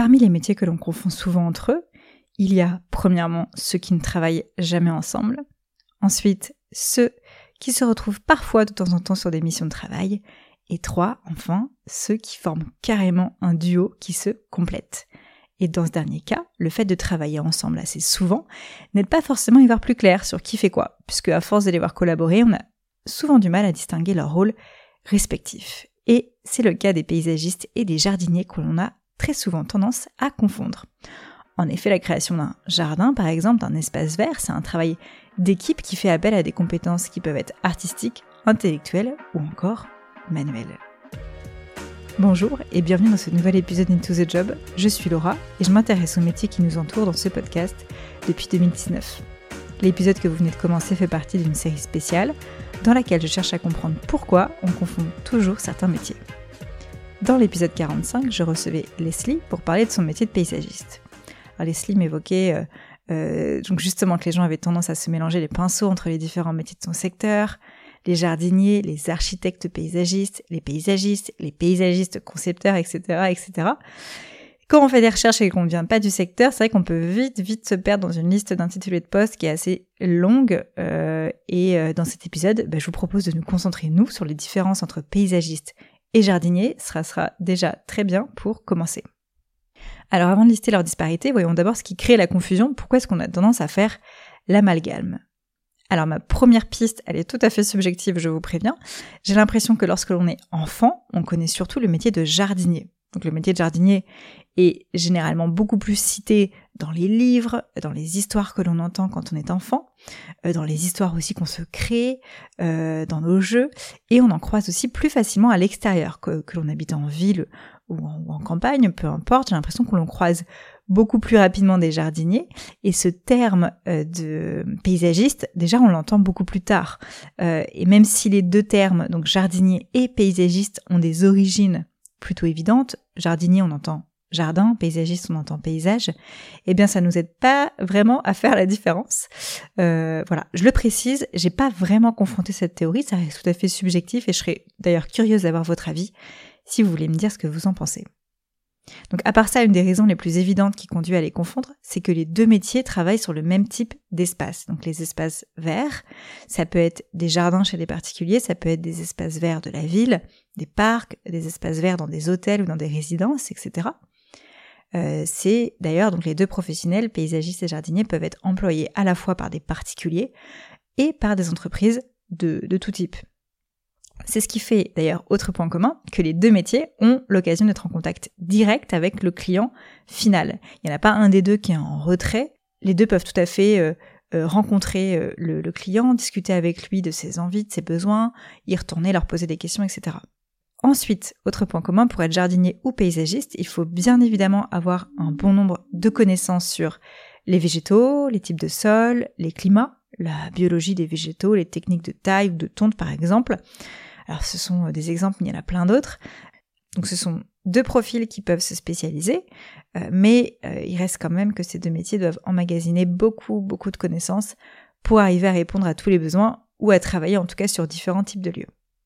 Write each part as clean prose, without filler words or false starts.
parmi les métiers que l'on confond souvent entre eux, il y a premièrement ceux qui ne travaillent jamais ensemble, ensuite ceux qui se retrouvent parfois de temps en temps sur des missions de travail, et 3, enfin, ceux qui forment carrément un duo qui se complète. Et dans ce dernier cas, le fait de travailler ensemble assez souvent n'aide pas forcément à y voir plus clair sur qui fait quoi, puisque à force de les voir collaborer, on a souvent du mal à distinguer leurs rôles respectifs. Et c'est le cas des paysagistes et des jardiniers que l'on a très souvent tendance à confondre. En effet, la création d'un jardin, par exemple, d'un espace vert, c'est un travail d'équipe qui fait appel à des compétences qui peuvent être artistiques, intellectuelles ou encore manuelles. Bonjour et bienvenue dans ce nouvel épisode d'Into the Job. Je suis Laura et je m'intéresse aux métiers qui nous entourent dans ce podcast depuis 2019. L'épisode que vous venez de commencer fait partie d'une série spéciale dans laquelle je cherche à comprendre pourquoi on confond toujours certains métiers. Dans l'épisode 45, je recevais Leslie pour parler de son métier de paysagiste. Alors Leslie m'évoquait donc justement que les gens avaient tendance à se mélanger les pinceaux entre les différents métiers de son secteur, les jardiniers, les architectes paysagistes, les paysagistes concepteurs, etc., etc. Quand on fait des recherches et qu'on ne vient pas du secteur, c'est vrai qu'on peut vite se perdre dans une liste d'intitulés de postes qui est assez longue. Et dans cet épisode, je vous propose de nous concentrer, nous, sur les différences entre paysagistes et jardiniers. Ce sera déjà très bien pour commencer. Alors avant de lister leurs disparités, voyons d'abord ce qui crée la confusion. Pourquoi est-ce qu'on a tendance à faire l'amalgame ? Alors ma première piste, elle est tout à fait subjective, je vous préviens. J'ai l'impression que lorsque l'on est enfant, on connaît surtout le métier de jardinier. Donc le métier de jardinier est généralement beaucoup plus cité dans les livres, dans les histoires que l'on entend quand on est enfant, dans les histoires aussi qu'on se crée, dans nos jeux, et on en croise aussi plus facilement à l'extérieur, que l'on habite en ville ou en campagne, peu importe. J'ai l'impression que l'on croise beaucoup plus rapidement des jardiniers, et ce terme de paysagiste, déjà on l'entend beaucoup plus tard. Et même si les deux termes, donc jardinier et paysagiste, ont des origines plutôt évidentes, jardinier on entend jardin, paysagiste on entend paysage, eh bien ça nous aide pas vraiment à faire la différence. Voilà, je le précise, j'ai pas vraiment confronté cette théorie, ça reste tout à fait subjectif, et je serais d'ailleurs curieuse d'avoir votre avis si vous voulez me dire ce que vous en pensez. Donc à part ça, une des raisons les plus évidentes qui conduit à les confondre, c'est que les deux métiers travaillent sur le même type d'espace. Donc les espaces verts, ça peut être des jardins chez les particuliers, ça peut être des espaces verts de la ville, des parcs, des espaces verts dans des hôtels ou dans des résidences, etc. C'est d'ailleurs, donc les deux professionnels, paysagistes et jardiniers, peuvent être employés à la fois par des particuliers et par des entreprises de tout type. C'est ce qui fait d'ailleurs, autre point commun, que les deux métiers ont l'occasion d'être en contact direct avec le client final. Il n'y en a pas un des deux qui est en retrait. Les deux peuvent tout à fait rencontrer le client, discuter avec lui de ses envies, de ses besoins, y retourner, leur poser des questions, etc. Ensuite, autre point commun, pour être jardinier ou paysagiste, il faut bien évidemment avoir un bon nombre de connaissances sur les végétaux, les types de sols, les climats, la biologie des végétaux, les techniques de taille ou de tonte par exemple. Alors ce sont des exemples, mais il y en a plein d'autres. Donc ce sont deux profils qui peuvent se spécialiser, mais il reste quand même que ces deux métiers doivent emmagasiner beaucoup de connaissances pour arriver à répondre à tous les besoins ou à travailler en tout cas sur différents types de lieux.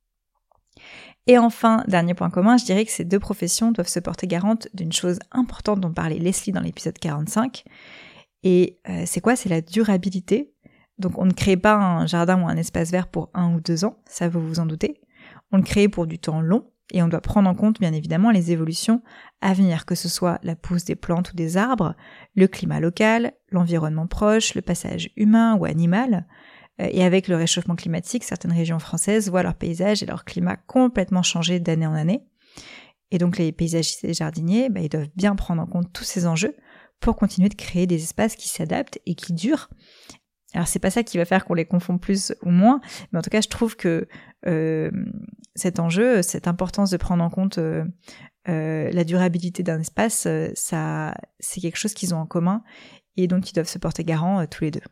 Et enfin, dernier point commun, je dirais que ces deux professions doivent se porter garante d'une chose importante dont parlait Leslie dans l'épisode 45. Et c'est quoi ? C'est la durabilité. Donc on ne crée pas un jardin ou un espace vert pour 1 ou 2 ans, ça vous vous en doutez. On le crée pour du temps long et on doit prendre en compte bien évidemment les évolutions à venir, que ce soit la pousse des plantes ou des arbres, le climat local, l'environnement proche, le passage humain ou animal. Et avec le réchauffement climatique, certaines régions françaises voient leur paysage et leur climat complètement changer d'année en année. Et donc les paysagistes et les jardiniers, ils doivent bien prendre en compte tous ces enjeux pour continuer de créer des espaces qui s'adaptent et qui durent. Alors c'est pas ça qui va faire qu'on les confond plus ou moins, mais en tout cas je trouve que cet enjeu, cette importance de prendre en compte la durabilité d'un espace, ça c'est quelque chose qu'ils ont en commun et donc ils doivent se porter garant tous les deux.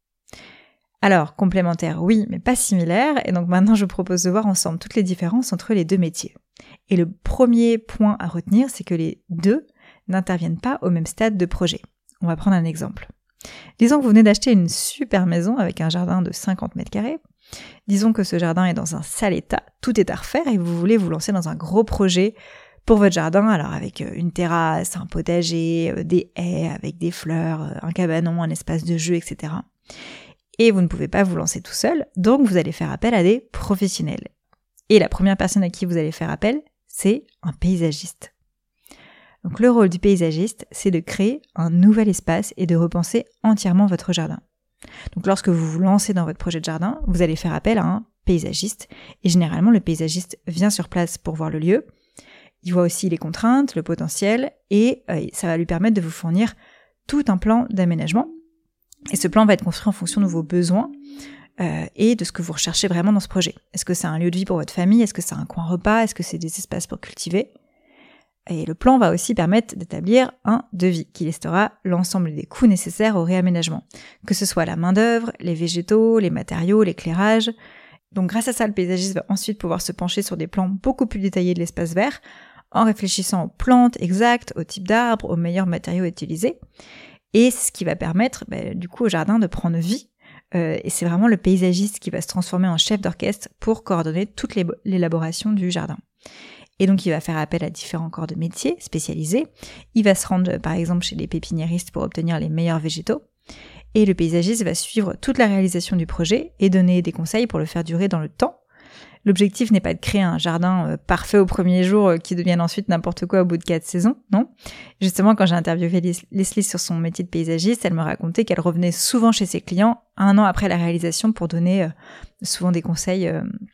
Alors complémentaire oui, mais pas similaire, et donc maintenant je vous propose de voir ensemble toutes les différences entre les deux métiers. Et le premier point à retenir, c'est que les deux n'interviennent pas au même stade de projet. On va prendre un exemple. Disons que vous venez d'acheter une super maison avec un jardin de 50 mètres carrés. Disons que ce jardin est dans un sale état, tout est à refaire et vous voulez vous lancer dans un gros projet pour votre jardin, alors avec une terrasse, un potager, des haies avec des fleurs, un cabanon, un espace de jeu, etc. Et vous ne pouvez pas vous lancer tout seul, donc vous allez faire appel à des professionnels. Et la première personne à qui vous allez faire appel, c'est un paysagiste. Donc le rôle du paysagiste, c'est de créer un nouvel espace et de repenser entièrement votre jardin. Donc lorsque vous vous lancez dans votre projet de jardin, vous allez faire appel à un paysagiste. Et généralement, le paysagiste vient sur place pour voir le lieu. Il voit aussi les contraintes, le potentiel, et ça va lui permettre de vous fournir tout un plan d'aménagement. Et ce plan va être construit en fonction de vos besoins et de ce que vous recherchez vraiment dans ce projet. Est-ce que c'est un lieu de vie pour votre famille? Est-ce que c'est un coin repas? Est-ce que c'est des espaces pour cultiver? Et le plan va aussi permettre d'établir un devis qui listera l'ensemble des coûts nécessaires au réaménagement, que ce soit la main-d'œuvre, les végétaux, les matériaux, l'éclairage. Donc grâce à ça, le paysagiste va ensuite pouvoir se pencher sur des plans beaucoup plus détaillés de l'espace vert, en réfléchissant aux plantes exactes, aux types d'arbres, aux meilleurs matériaux utilisés. Et c'est ce qui va permettre du coup au jardin de prendre vie. Et c'est vraiment le paysagiste qui va se transformer en chef d'orchestre pour coordonner toute l'élaboration du jardin. Et donc il va faire appel à différents corps de métier spécialisés. Il va se rendre par exemple chez les pépiniéristes pour obtenir les meilleurs végétaux. Et le paysagiste va suivre toute la réalisation du projet et donner des conseils pour le faire durer dans le temps. L'objectif n'est pas de créer un jardin parfait au premier jour qui devienne ensuite n'importe quoi au bout de 4 saisons, non. Justement, quand j'ai interviewé Leslie sur son métier de paysagiste, elle me racontait qu'elle revenait souvent chez ses clients 1 an après la réalisation pour donner souvent des conseils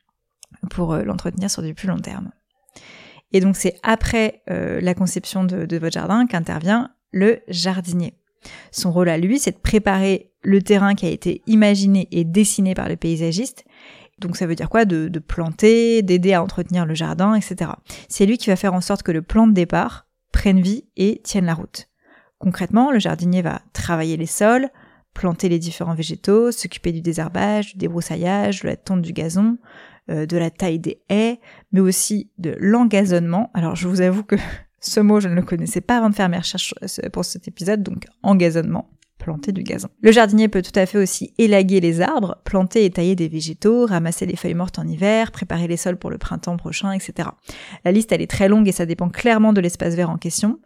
pour l'entretenir sur du plus long terme. Et donc c'est après la conception de votre jardin qu'intervient le jardinier. Son rôle à lui, c'est de préparer le terrain qui a été imaginé et dessiné par le paysagiste. Donc ça veut dire quoi? De planter, d'aider à entretenir le jardin, etc. C'est lui qui va faire en sorte que le plan de départ prenne vie et tienne la route. Concrètement, le jardinier va travailler les sols, planter les différents végétaux, s'occuper du désherbage, du débroussaillage, de la tonte du gazon, de la taille des haies, mais aussi de l'engazonnement. Alors je vous avoue que ce mot, je ne le connaissais pas avant de faire mes recherches pour cet épisode, donc engazonnement, planter du gazon. Le jardinier peut tout à fait aussi élaguer les arbres, planter et tailler des végétaux, ramasser les feuilles mortes en hiver, préparer les sols pour le printemps prochain, etc. La liste, elle est très longue et ça dépend clairement de l'espace vert en question.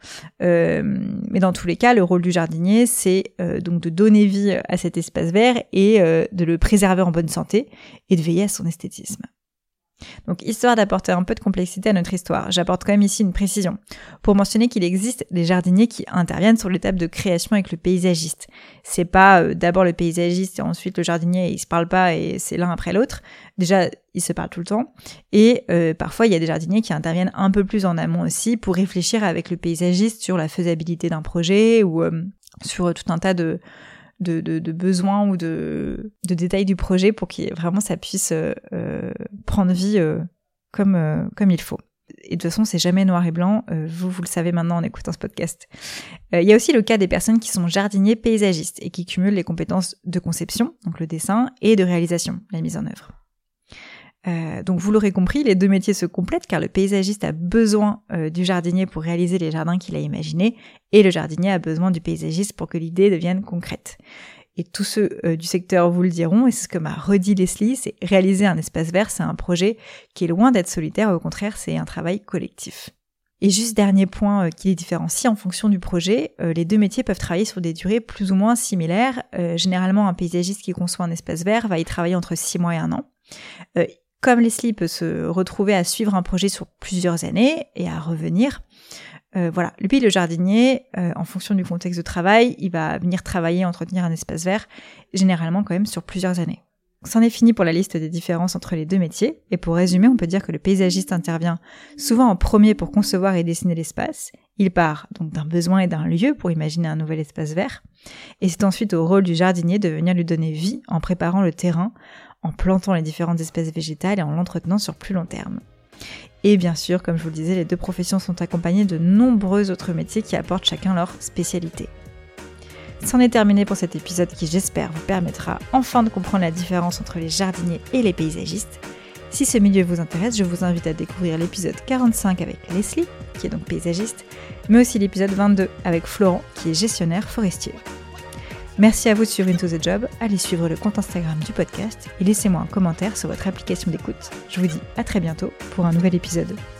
Mais dans tous les cas, le rôle du jardinier, c'est donc de donner vie à cet espace vert et de le préserver en bonne santé et de veiller à son esthétisme. Donc, histoire d'apporter un peu de complexité à notre histoire, j'apporte quand même ici une précision, pour mentionner qu'il existe des jardiniers qui interviennent sur l'étape de création avec le paysagiste. C'est pas d'abord le paysagiste et ensuite le jardinier, ils se parlent pas et c'est l'un après l'autre. Déjà, ils se parlent tout le temps. Et parfois, il y a des jardiniers qui interviennent un peu plus en amont aussi pour réfléchir avec le paysagiste sur la faisabilité d'un projet ou sur tout un tas de besoins ou de détails du projet pour que vraiment ça puisse prendre vie comme il faut. Et de toute façon, c'est jamais noir et blanc, vous le savez maintenant en écoutant ce podcast. Il y a aussi le cas des personnes qui sont jardiniers paysagistes et qui cumulent les compétences de conception, donc le dessin, et de réalisation, la mise en œuvre. Donc vous l'aurez compris, les deux métiers se complètent car le paysagiste a besoin du jardinier pour réaliser les jardins qu'il a imaginés et le jardinier a besoin du paysagiste pour que l'idée devienne concrète. Et tous ceux du secteur vous le diront, et c'est ce que m'a redit Leslie, c'est réaliser un espace vert, c'est un projet qui est loin d'être solitaire, au contraire c'est un travail collectif. Et juste dernier point qui les différencie en fonction du projet, les deux métiers peuvent travailler sur des durées plus ou moins similaires. Généralement un paysagiste qui conçoit un espace vert va y travailler entre 6 mois et 1 an. Comme Leslie peut se retrouver à suivre un projet sur plusieurs années et à revenir, voilà. Puis le jardinier, en fonction du contexte de travail, il va venir travailler, entretenir un espace vert, généralement quand même sur plusieurs années. C'en est fini pour la liste des différences entre les deux métiers, et pour résumer, on peut dire que le paysagiste intervient souvent en premier pour concevoir et dessiner l'espace. Il part donc d'un besoin et d'un lieu pour imaginer un nouvel espace vert, et c'est ensuite au rôle du jardinier de venir lui donner vie en préparant le terrain, en plantant les différentes espèces végétales et en l'entretenant sur plus long terme. Et bien sûr, comme je vous le disais, les deux professions sont accompagnées de nombreux autres métiers qui apportent chacun leur spécialité. C'en est terminé pour cet épisode qui, j'espère, vous permettra enfin de comprendre la différence entre les jardiniers et les paysagistes. Si ce milieu vous intéresse, je vous invite à découvrir l'épisode 45 avec Leslie, qui est donc paysagiste, mais aussi l'épisode 22 avec Florent, qui est gestionnaire forestier. Merci à vous de suivre Into the Job, allez suivre le compte Instagram du podcast et laissez-moi un commentaire sur votre application d'écoute. Je vous dis à très bientôt pour un nouvel épisode.